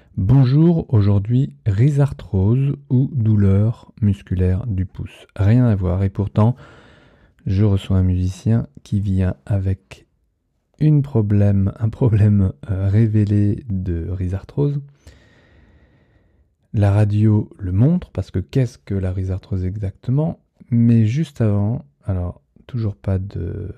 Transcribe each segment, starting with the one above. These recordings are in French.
Bonjour, aujourd'hui rhizarthrose ou douleur musculaire du pouce. Rien à voir et pourtant je reçois un musicien qui vient avec un problème révélé de rhizarthrose. La radio le montre parce que qu'est-ce que la rhizarthrose exactement? Mais juste avant, alors toujours pas de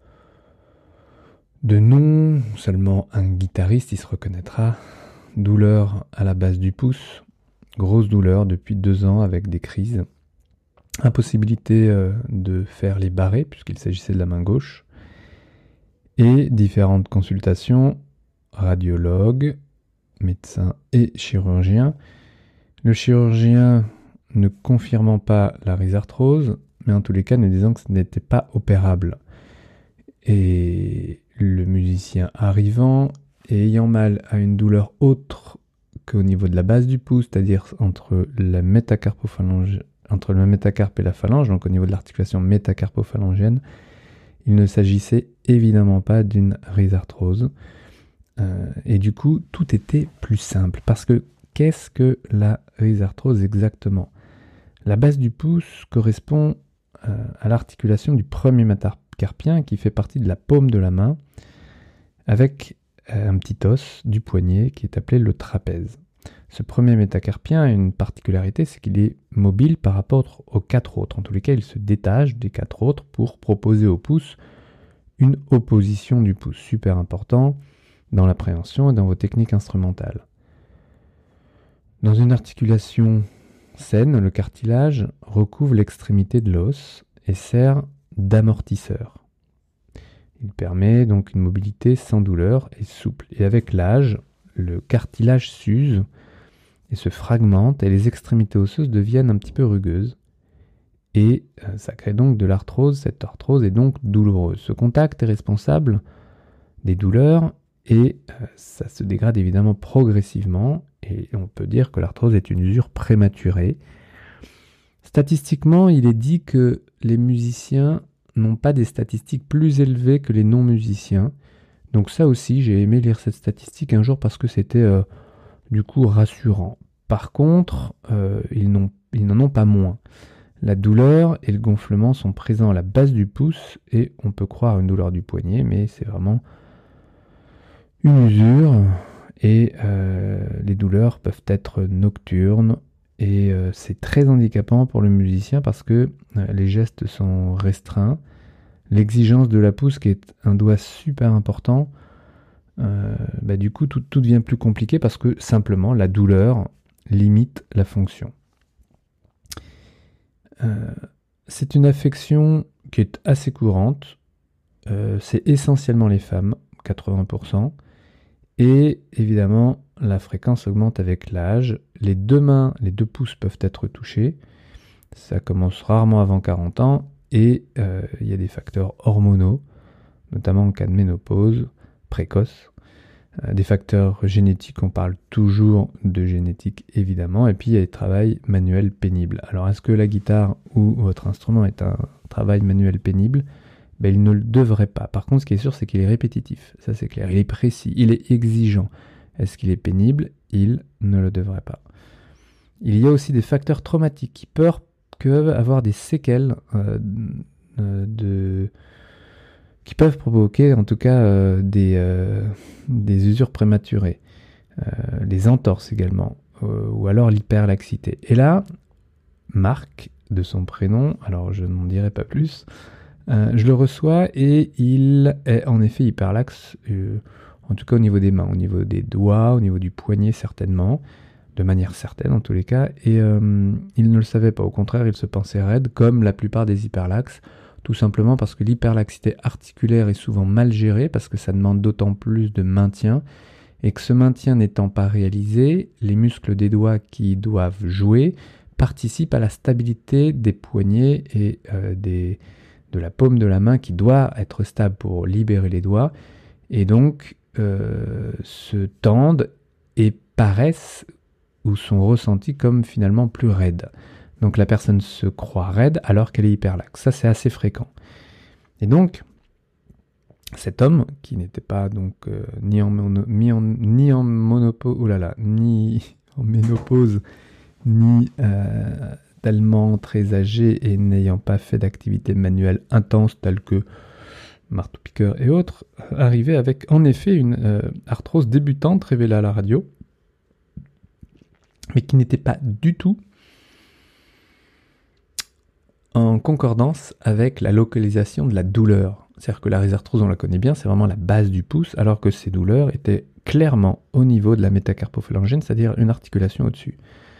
nom, seulement un guitariste, il se reconnaîtra. Douleur à la base du pouce, grosse douleur depuis 2 ans avec des crises. Impossibilité de faire les barrés puisqu'il s'agissait de la main gauche. Et différentes consultations, radiologue, médecin et chirurgien. Le chirurgien ne confirmant pas la rhizarthrose, mais en tous les cas ne disant que ce n'était pas opérable. Et le musicien arrivant et ayant mal à une douleur autre qu'au niveau de la base du pouce, c'est-à-dire entre le métacarpe et la phalange, donc au niveau de l'articulation métacarpophalangienne, il ne s'agissait évidemment pas d'une rhizarthrose. Et du coup, tout était plus simple. Parce que qu'est-ce que la rhizarthrose exactement? La base du pouce correspond à l'articulation du premier métacarpien qui fait partie de la paume de la main, avec un petit os du poignet qui est appelé le trapèze. Ce premier métacarpien a une particularité, c'est qu'il est mobile par rapport aux 4 autres. En tous les cas, il se détache des 4 autres pour proposer au pouce une opposition du pouce. Super important dans l'appréhension et dans vos techniques instrumentales. Dans une articulation saine, le cartilage recouvre l'extrémité de l'os et sert d'amortisseur. Il permet donc une mobilité sans douleur et souple. Et avec l'âge, le cartilage s'use et se fragmente et les extrémités osseuses deviennent un petit peu rugueuses. Et ça crée donc de l'arthrose. Cette arthrose est donc douloureuse. Ce contact est responsable des douleurs et ça se dégrade évidemment progressivement. Et on peut dire que l'arthrose est une usure prématurée. Statistiquement, il est dit que les musiciens n'ont pas des statistiques plus élevées que les non-musiciens. Donc ça aussi, j'ai aimé lire cette statistique un jour parce que c'était du coup rassurant. Par contre, ils n'en ont pas moins. La douleur et le gonflement sont présents à la base du pouce et on peut croire une douleur du poignet, mais c'est vraiment une usure et les douleurs peuvent être nocturnes. Et c'est très handicapant pour le musicien parce que les gestes sont restreints. L'exigence de la pouce, qui est un doigt super important, du coup tout devient plus compliqué parce que simplement la douleur limite la fonction. C'est une affection qui est assez courante. C'est essentiellement les femmes, 80%. Et évidemment, la fréquence augmente avec l'âge. Les 2 mains, les 2 pouces peuvent être touchés. Ça commence rarement avant 40 ans. Et il y a des facteurs hormonaux, notamment en cas de ménopause précoce. Des facteurs génétiques, on parle toujours de génétique évidemment. Et puis il y a des travails manuels pénibles. Alors est-ce que la guitare ou votre instrument est un travail manuel pénible? Il ne le devrait pas. Par contre, ce qui est sûr, c'est qu'il est répétitif. Ça, c'est clair. Il est précis, il est exigeant. Est-ce qu'il est pénible? Il ne le devrait pas. Il y a aussi des facteurs traumatiques qui peuvent avoir des séquelles qui peuvent provoquer, en tout cas, des usures prématurées. Les entorses également. Ou alors l'hyperlaxité. Et là, Marc, de son prénom, alors je n'en dirai pas plus, je le reçois et il est en effet hyperlaxe, en tout cas au niveau des mains, au niveau des doigts, au niveau du poignet certainement, de manière certaine en tous les cas, et il ne le savait pas, au contraire il se pensait raide comme la plupart des hyperlaxes, tout simplement parce que l'hyperlaxité articulaire est souvent mal gérée, parce que ça demande d'autant plus de maintien, et que ce maintien n'étant pas réalisé, les muscles des doigts qui doivent jouer participent à la stabilité des poignets et de la paume de la main qui doit être stable pour libérer les doigts, et donc se tendent et paraissent ou sont ressentis comme finalement plus raides. Donc la personne se croit raide alors qu'elle est hyperlaxe. Ça, c'est assez fréquent. Et donc, Cet homme, qui n'était pas donc ni en ménopause, ni tellement très âgé et n'ayant pas fait d'activité manuelle intense telle que marteau-piqueur et autres, arrivait avec en effet une arthrose débutante révélée à la radio, mais qui n'était pas du tout en concordance avec la localisation de la douleur. C'est-à-dire que la rhizarthrose, on la connaît bien, c'est vraiment la base du pouce, alors que ces douleurs étaient clairement au niveau de la métacarpophalangine, c'est-à-dire une articulation au-dessus.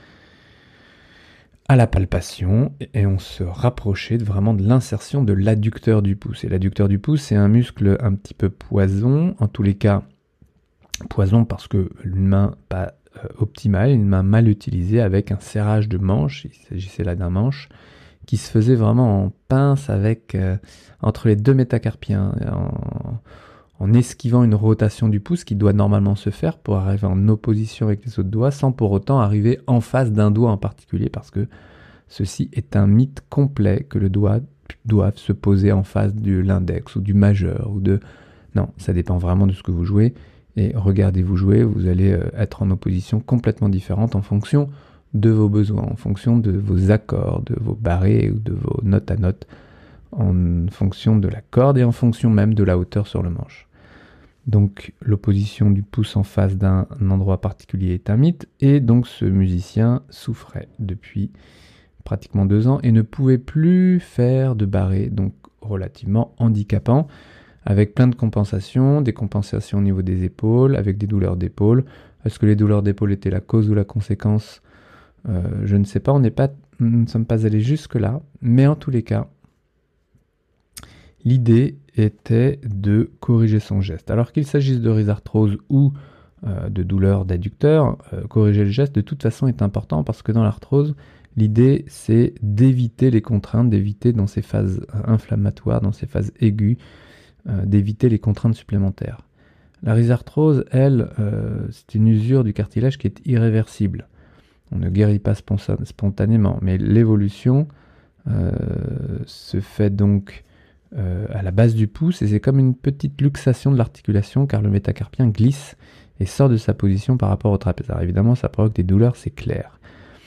À la palpation, et on se rapprochait vraiment de l'insertion de l'adducteur du pouce. Et l'adducteur du pouce, c'est un muscle un petit peu poison, en tous les cas poison parce que une main pas optimale, une main mal utilisée avec un serrage de manche, il s'agissait là d'un manche, qui se faisait vraiment en pince avec entre les deux métacarpiens, en esquivant une rotation du pouce qui doit normalement se faire pour arriver en opposition avec les autres doigts, sans pour autant arriver en face d'un doigt en particulier, parce que ceci est un mythe complet que le doigt doive se poser en face de l'index ou du majeur ou de... Non, ça dépend vraiment de ce que vous jouez, et regardez-vous jouer, vous allez être en opposition complètement différente en fonction de vos besoins, en fonction de vos accords, de vos barrés ou de vos notes à notes, en fonction de la corde et en fonction même de la hauteur sur le manche. Donc l'opposition du pouce en face d'un endroit particulier est un mythe, et donc ce musicien souffrait depuis pratiquement 2 ans et ne pouvait plus faire de barré, donc relativement handicapant, avec plein de compensations, des compensations au niveau des épaules, avec des douleurs d'épaule. Est-ce que les douleurs d'épaule étaient la cause ou la conséquence ? Je ne sais pas, nous ne sommes pas allés jusque-là, mais en tous les cas, l'idée était de corriger son geste. Alors qu'il s'agisse de rhizarthrose ou de douleur d'adducteur, corriger le geste de toute façon est important parce que dans l'arthrose, l'idée c'est d'éviter les contraintes, d'éviter dans ces phases inflammatoires, dans ces phases aiguës, d'éviter les contraintes supplémentaires. La rhizarthrose, elle, c'est une usure du cartilage qui est irréversible. On ne guérit pas spontanément, mais l'évolution se fait donc à la base du pouce, et c'est comme une petite luxation de l'articulation car le métacarpien glisse et sort de sa position par rapport au trapèze. Alors évidemment, ça provoque des douleurs, c'est clair.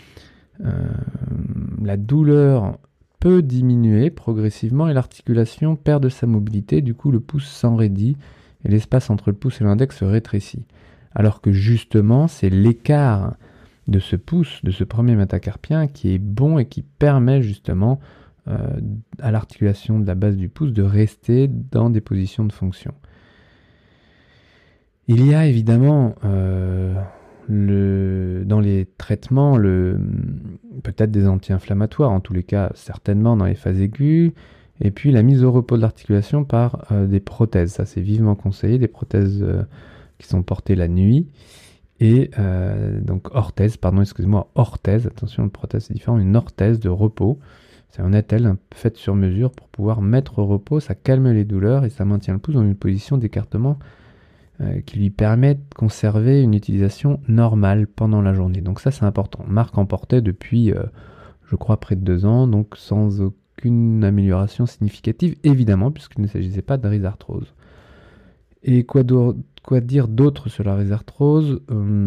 La douleur peut diminuer progressivement et l'articulation perd de sa mobilité, du coup le pouce s'enraidit et l'espace entre le pouce et l'index se rétrécit. Alors que justement, c'est l'écart de ce pouce, de ce premier métacarpien qui est bon et qui permet justement à l'articulation de la base du pouce de rester dans des positions de fonction. Il y a évidemment dans les traitements peut-être des anti-inflammatoires, en tous les cas certainement dans les phases aiguës, et puis la mise au repos de l'articulation par des prothèses. Ça c'est vivement conseillé, des prothèses qui sont portées la nuit. Et donc orthèse, attention, une prothèse c'est différent, une orthèse de repos. C'est un attelle faite sur mesure pour pouvoir mettre au repos, ça calme les douleurs et ça maintient le pouce dans une position d'écartement qui lui permet de conserver une utilisation normale pendant la journée. Donc ça c'est important. Marc en portait depuis, je crois, près de 2 ans, donc sans aucune amélioration significative, évidemment, puisqu'il ne s'agissait pas de rhizarthrose. Et quoi dire d'autre sur la rhizarthrose ?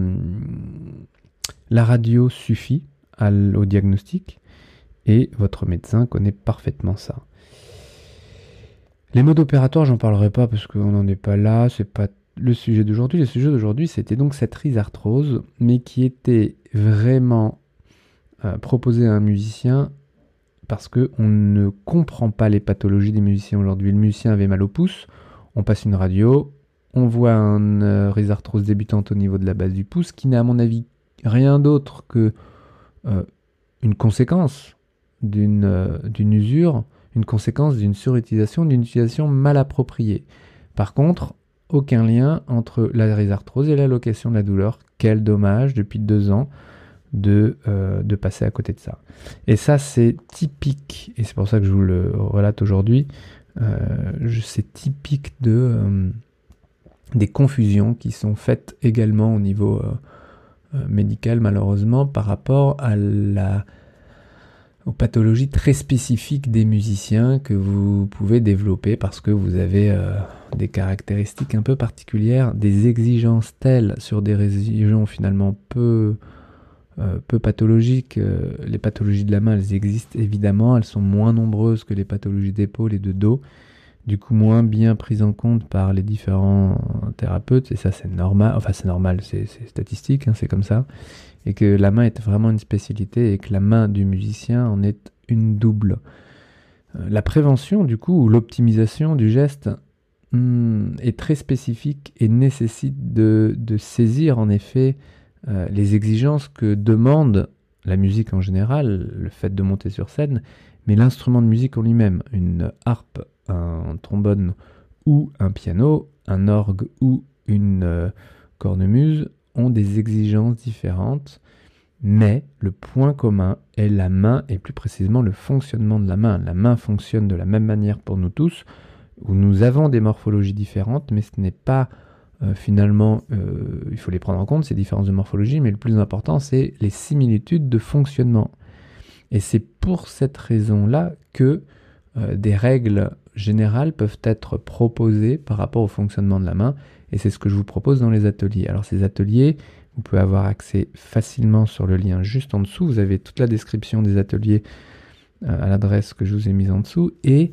La radio suffit au diagnostic et votre médecin connaît parfaitement ça. Les modes opératoires, j'en parlerai pas parce qu'on n'en est pas là, c'est pas le sujet d'aujourd'hui. Le sujet d'aujourd'hui, c'était donc cette rhizarthrose, mais qui était vraiment proposée à un musicien parce qu'on ne comprend pas les pathologies des musiciens aujourd'hui. Le musicien avait mal au pouce, on passe une radio, on voit une rhizarthrose débutante au niveau de la base du pouce, qui n'est à mon avis rien d'autre que une conséquence d'une usure, une conséquence d'une surutilisation, d'une utilisation mal appropriée. Par contre, aucun lien entre la rhizarthrose et la location de la douleur. Quel dommage, depuis 2 ans, de passer à côté de ça. Et ça, c'est typique, et c'est pour ça que je vous le relate aujourd'hui, c'est typique des confusions qui sont faites également au niveau médical, malheureusement, par rapport aux pathologies très spécifiques des musiciens que vous pouvez développer parce que vous avez des caractéristiques un peu particulières, des exigences telles sur des régions finalement peu pathologiques. Les pathologies de la main, elles existent évidemment, elles sont moins nombreuses que les pathologies d'épaule et de dos, du coup moins bien prises en compte par les différents thérapeutes, et ça c'est normal, enfin c'est normal, c'est statistique, hein, c'est comme ça, et que la main est vraiment une spécialité, et que la main du musicien en est une double. La prévention, du coup, ou l'optimisation du geste est très spécifique et nécessite de saisir en effet les exigences que demande la musique en général, le fait de monter sur scène, mais l'instrument de musique en lui-même, une harpe, un trombone ou un piano, un orgue ou une cornemuse ont des exigences différentes, mais le point commun est la main et plus précisément le fonctionnement de la main. La main fonctionne de la même manière pour nous tous, où nous avons des morphologies différentes, mais ce n'est pas finalement, il faut les prendre en compte, ces différences de morphologie, mais le plus important, c'est les similitudes de fonctionnement. Et c'est pour cette raison-là que des règles générales peuvent être proposées par rapport au fonctionnement de la main, et c'est ce que je vous propose dans les ateliers. Alors ces ateliers, vous pouvez avoir accès facilement sur le lien juste en dessous, vous avez toute la description des ateliers à l'adresse que je vous ai mise en dessous, et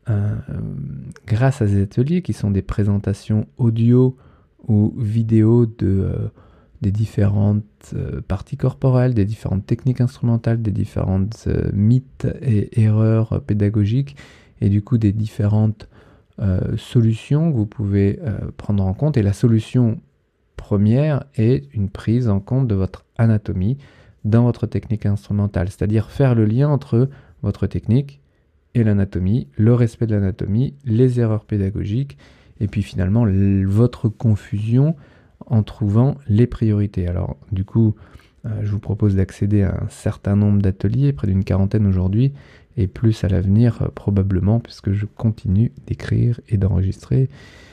grâce à ces ateliers qui sont des présentations audio ou vidéo des différentes parties corporelles, des différentes techniques instrumentales, des différentes mythes et erreurs pédagogiques, et du coup des différentes solutions que vous pouvez prendre en compte. Et la solution première est une prise en compte de votre anatomie dans votre technique instrumentale, c'est-à-dire faire le lien entre votre technique et l'anatomie, le respect de l'anatomie, les erreurs pédagogiques, et puis finalement votre confusion en trouvant les priorités. Alors du coup, je vous propose d'accéder à un certain nombre d'ateliers, près d'une quarantaine aujourd'hui, et plus à l'avenir probablement, puisque je continue d'écrire et d'enregistrer,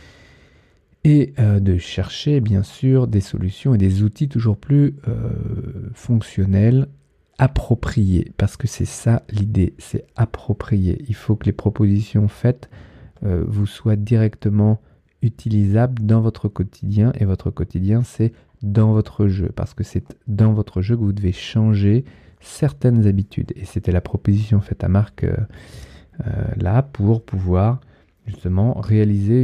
et de chercher bien sûr des solutions et des outils toujours plus fonctionnels, appropriés, parce que c'est ça l'idée, c'est approprié. Il faut que les propositions faites vous soient directement utilisables dans votre quotidien, et votre quotidien c'est dans votre jeu, parce que c'est dans votre jeu que vous devez changer certaines habitudes, et c'était la proposition faite à Marc là, pour pouvoir justement réaliser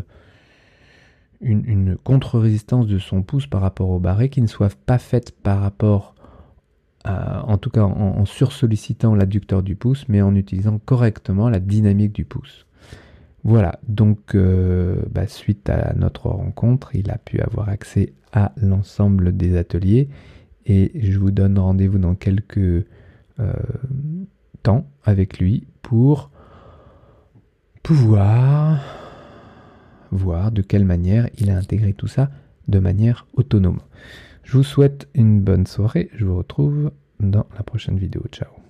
une contre-résistance de son pouce par rapport au barré, qui ne soit pas faite par rapport en tout cas en sursollicitant l'adducteur du pouce, mais en utilisant correctement la dynamique du pouce. Voilà, donc suite à notre rencontre, il a pu avoir accès à l'ensemble des ateliers, et je vous donne rendez-vous dans quelques temps avec lui pour pouvoir voir de quelle manière il a intégré tout ça de manière autonome. Je vous souhaite une bonne soirée, je vous retrouve dans la prochaine vidéo. Ciao.